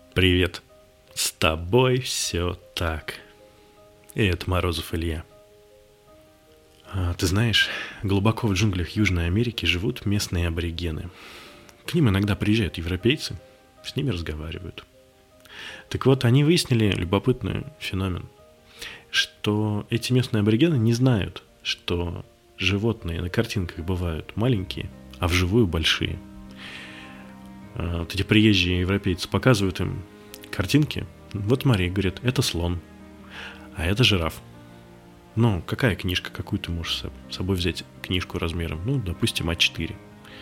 Привет, с тобой все так. И это Морозов Илья. Ты знаешь, глубоко в джунглях Южной Америки живут местные аборигены. К ним иногда приезжают европейцы, с ними разговаривают. Так вот, они выяснили любопытный феномен, что эти местные аборигены не знают, что животные на картинках бывают маленькие, а вживую большие. Вот эти приезжие европейцы показывают им картинки. Вот смотри, говорят, это слон, а это жираф. Ну, какая книжка, какую ты можешь с собой взять книжку размером? Ну, допустим, А4.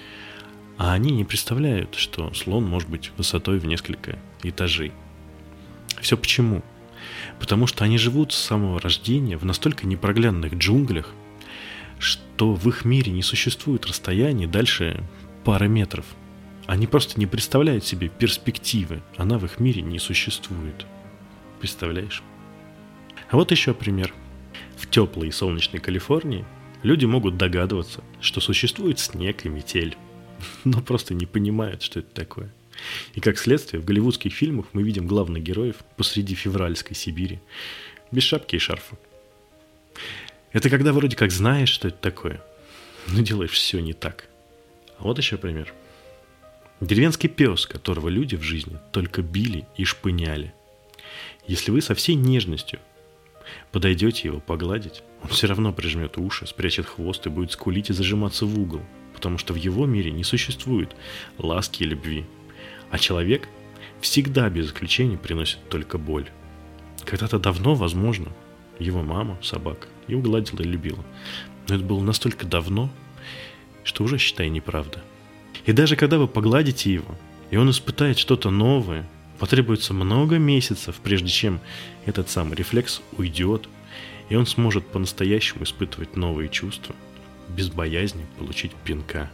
А они не представляют, что слон может быть высотой в несколько этажей. Все почему? Потому что они живут с самого рождения в настолько непроглядных джунглях, что в их мире не существует расстояний дальше пары метров. Они просто не представляют себе перспективы. Она в их мире не существует. Представляешь? А вот еще пример. В теплой и солнечной Калифорнии люди могут догадываться, что существует снег и метель, но просто не понимают, что это такое. И как следствие, в голливудских фильмах мы видим главных героев посреди февральской Сибири, без шапки и шарфа. Это когда вроде как знаешь, что это такое, но делаешь все не так. А вот еще пример. Деревенский пес, которого люди в жизни только били и шпыняли. Если вы со всей нежностью подойдете его погладить, он все равно прижмет уши, спрячет хвост и будет скулить и зажиматься в угол, потому что в его мире не существует ласки и любви. А человек всегда без исключения приносит только боль. Когда-то давно, возможно, его мама, собака, его гладила и любила. Но это было настолько давно, что уже, считай, неправда. И даже когда вы погладите его, и он испытает что-то новое, потребуется много месяцев, прежде чем этот самый рефлекс уйдет, и он сможет по-настоящему испытывать новые чувства, без боязни получить пинка.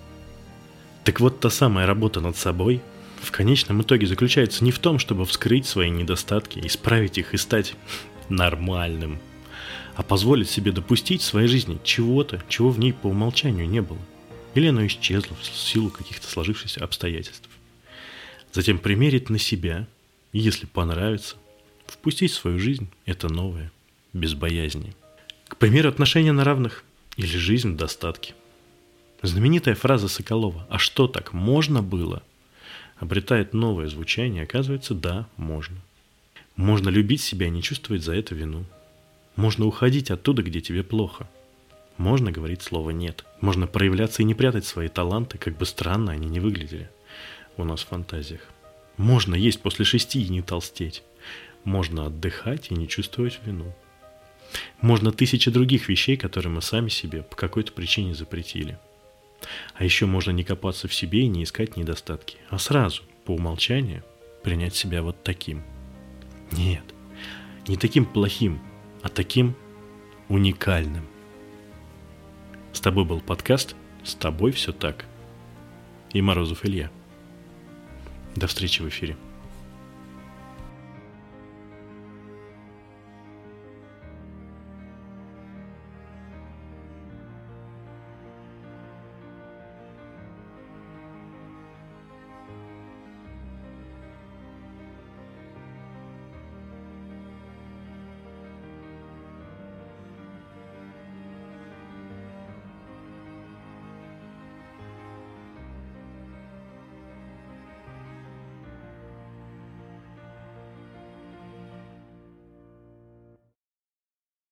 Так вот, та самая работа над собой в конечном итоге заключается не в том, чтобы вскрыть свои недостатки, исправить их и стать нормальным, а позволить себе допустить в своей жизни чего-то, чего в ней по умолчанию не было. Или оно исчезло в силу каких-то сложившихся обстоятельств. Затем примерить на себя, и если понравится, впустить в свою жизнь это новое, без боязни. К примеру, отношения на равных или жизнь в достатке. Знаменитая фраза Соколова «А что, так можно было?» обретает новое звучание, оказывается, да, можно. Можно любить себя и не чувствовать за это вину. Можно уходить оттуда, где тебе плохо. Можно говорить слово «нет». Можно проявляться и не прятать свои таланты, как бы странно они ни выглядели у нас в фантазиях. Можно есть после 6 и не толстеть. Можно отдыхать и не чувствовать вину. Можно 1000 других вещей, которые мы сами себе по какой-то причине запретили. А еще можно не копаться в себе и не искать недостатки, а сразу, по умолчанию, принять себя вот таким. Нет, не таким плохим, а таким уникальным. С тобой был подкаст «С тобой все так». И Морозов Илья. До встречи в эфире.